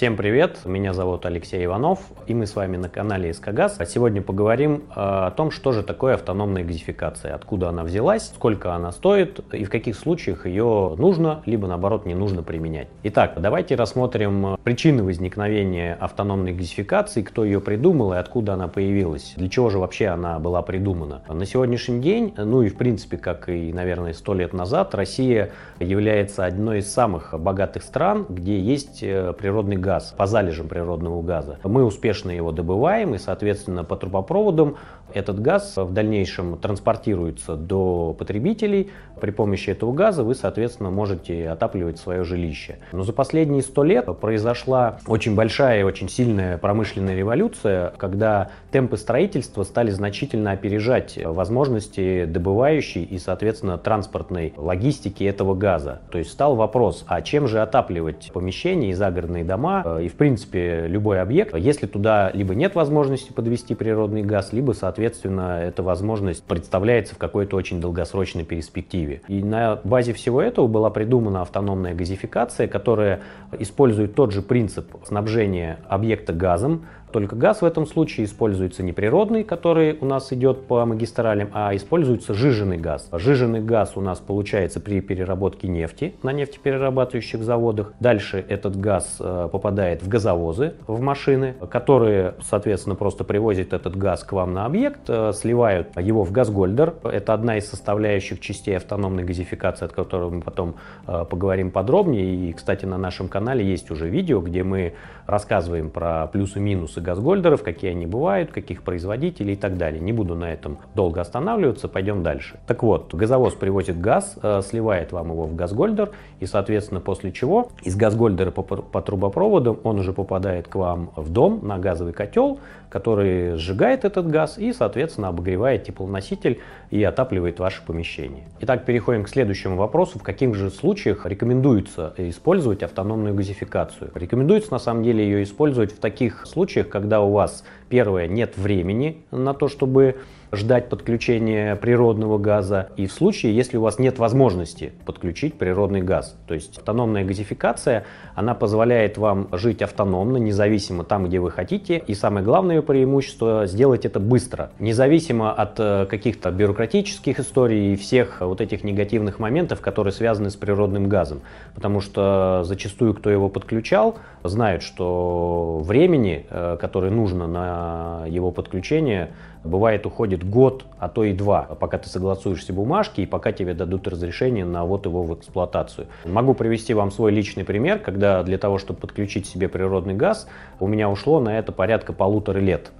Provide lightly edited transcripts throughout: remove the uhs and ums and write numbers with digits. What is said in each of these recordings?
Всем привет, меня зовут Алексей Иванов, и мы с вами на канале СК Газ. Сегодня поговорим о том, что же такое автономная газификация, откуда она взялась, сколько она стоит и в каких случаях ее нужно, либо наоборот не нужно применять. Итак, давайте рассмотрим причины возникновения автономной газификации, кто ее придумал и откуда она появилась, для чего же вообще она была придумана. На сегодняшний день, ну и в принципе, как и, наверное, 100 лет назад, Россия является одной из самых богатых стран, где есть природный газ, по залежам природного газа. Мы успешно его добываем, и, соответственно, по трубопроводам этот газ в дальнейшем транспортируется до потребителей. При помощи этого газа вы, соответственно, можете отапливать свое жилище. Но за последние 100 лет произошла очень большая и очень сильная промышленная революция, когда темпы строительства стали значительно опережать возможности добывающей и, соответственно, транспортной логистики этого газа. То есть стал вопрос, а чем же отапливать помещения и загородные дома, и, в принципе, любой объект, если туда либо нет возможности подвести природный газ, либо, соответственно, эта возможность представляется в какой-то очень долгосрочной перспективе. И на базе всего этого была придумана автономная газификация, которая использует тот же принцип снабжения объекта газом. Только газ в этом случае используется не природный, который у нас идет по магистралям, а используется сжиженный газ. Сжиженный газ у нас получается при переработке нефти на нефтеперерабатывающих заводах. Дальше этот газ попадает в газовозы, в машины, которые, соответственно, просто привозят этот газ к вам на объект, сливают его в газгольдер. Это одна из составляющих частей автономной газификации, от которой мы потом поговорим подробнее. И, кстати, на нашем канале есть уже видео, где мы рассказываем про плюсы-минусы газгольдеров, какие они бывают, каких производителей и так далее. Не буду на этом долго останавливаться, пойдем дальше. Так вот, газовоз привозит газ, сливает вам его в газгольдер, и, соответственно, после чего из газгольдера по трубопроводам он уже попадает к вам в дом на газовый котел, который сжигает этот газ и, соответственно, обогревает теплоноситель и отапливает ваше помещение. Итак, переходим к следующему вопросу. В каких же случаях рекомендуется использовать автономную газификацию? Рекомендуется, на самом деле, ее использовать в таких случаях, когда у вас, первое, нет времени на то, чтобы ждать подключения природного газа, и в случае, если у вас нет возможности подключить природный газ. То есть автономная газификация, она позволяет вам жить автономно, независимо там, где вы хотите, и самое главное ее преимущество — сделать это быстро, независимо от каких-то бюрократических историй и всех вот этих негативных моментов, которые связаны с природным газом. Потому что зачастую, кто его подключал, знают, что времени, которое нужно на его подключение, бывает уходит год, а то и 2, пока ты согласуешь все бумажки и пока тебе дадут разрешение на ввод его в эксплуатацию. Могу привести вам свой личный пример, когда для того, чтобы подключить себе природный газ, у меня ушло на это порядка 1,5 лет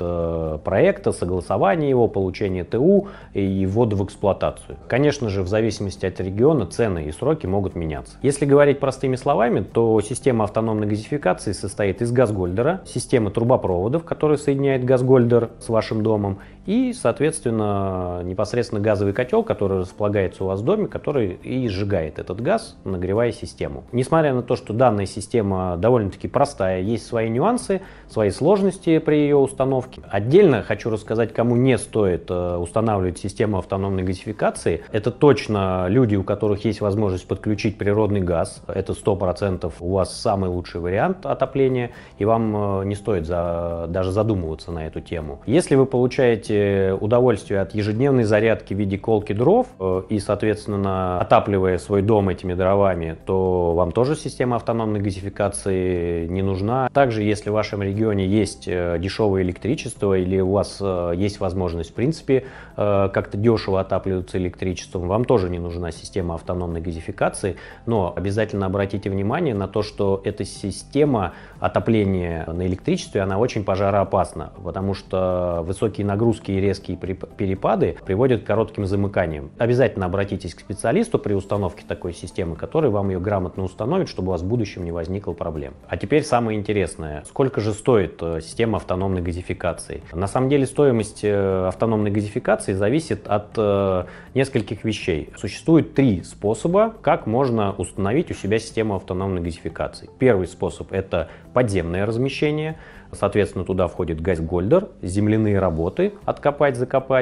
от проекта, согласования его, получения ТУ и ввода в эксплуатацию. Конечно же, в зависимости от региона цены и сроки могут меняться. Если говорить простыми словами, то система автономной газификации состоит из газгольдера, системы трубопроводов, которые соединяет газгольдер с вашим домом, и, соответственно, непосредственно газовый котел, который располагается у вас в доме, который и сжигает этот газ, нагревая систему. Несмотря на то, что данная система довольно-таки простая, есть свои нюансы, свои сложности при ее установке. Отдельно хочу рассказать, кому не стоит устанавливать систему автономной газификации. Это точно люди, у которых есть возможность подключить природный газ. Это 100% у вас самый лучший вариант отопления, и вам не стоит даже задумываться на эту тему. Если вы получаете удовольствие от ежедневной зарядки в виде колки дров и, соответственно, отапливая свой дом этими дровами, то вам тоже система автономной газификации не нужна. Также, если в вашем регионе есть дешевое электричество или у вас есть возможность, в принципе, как-то дешево отапливаться электричеством, вам тоже не нужна система автономной газификации, но обязательно обратите внимание на то, что эта система отопления на электричестве, она очень пожароопасна, потому что высокие нагрузки и резкие перепады приводят к коротким замыканиям. Обязательно обратитесь к специалисту при установке такой системы, который вам ее грамотно установит, чтобы у вас в будущем не возникло проблем. А теперь самое интересное. Сколько же стоит система автономной газификации? На самом деле стоимость автономной газификации зависит от нескольких вещей. Существует 3 способа, как можно установить у себя систему автономной газификации. Первый способ — это подземное размещение. Соответственно, туда входит газгольдер, земляные работы, откопать, закопать,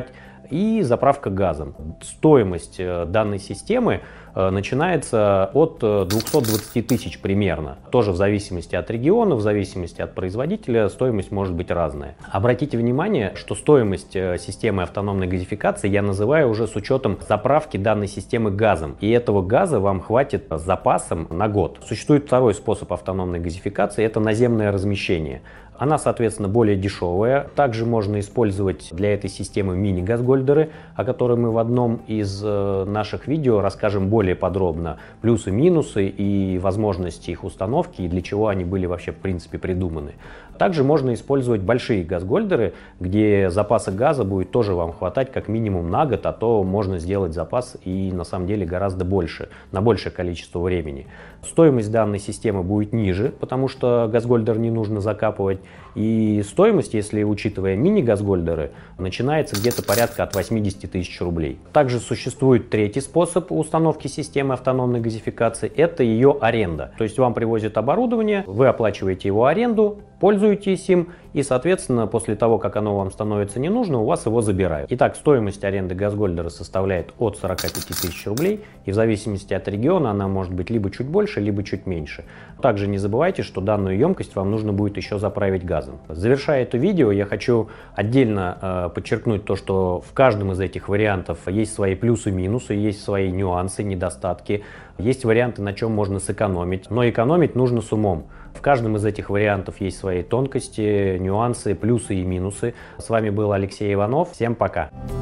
и заправка газом. Стоимость данной системы начинается от 220 тысяч примерно. Тоже в зависимости от региона, в зависимости от производителя стоимость может быть разная. Обратите внимание, что стоимость системы автономной газификации я называю уже с учетом заправки данной системы газом. И этого газа вам хватит с запасом на год. Существует второй способ автономной газификации – это наземное размещение. Она, соответственно, более дешевая. Также можно использовать для этой системы мини-газгольдеры, о которых мы в одном из наших видео расскажем более подробно. Плюсы, минусы и возможности их установки, и для чего они были вообще в принципе придуманы. Также можно использовать большие газгольдеры, где запаса газа будет тоже вам хватать как минимум на год, а то можно сделать запас и на самом деле гораздо больше, на большее количество времени. Стоимость данной системы будет ниже, потому что газгольдер не нужно закапывать. И стоимость, если учитывая мини-газгольдеры, начинается где-то порядка от 80 тысяч рублей. Также существует третий способ установки системы автономной газификации – это ее аренда. То есть вам привозят оборудование, вы оплачиваете его аренду, пользуетесь им и, соответственно, после того, как оно вам становится не нужно, у вас его забирают. Итак, стоимость аренды газгольдера составляет от 45 тысяч рублей, и в зависимости от региона она может быть либо чуть больше, либо чуть меньше. Также не забывайте, что данную емкость вам нужно будет еще заправить газом. Завершая это видео, я хочу отдельно подчеркнуть то, что в каждом из этих вариантов есть свои плюсы и минусы, есть свои нюансы, недостатки, есть варианты, на чем можно сэкономить, но экономить нужно с умом. В каждом из этих вариантов есть свои тонкости, нюансы, плюсы и минусы. С вами был Алексей Иванов. Всем пока!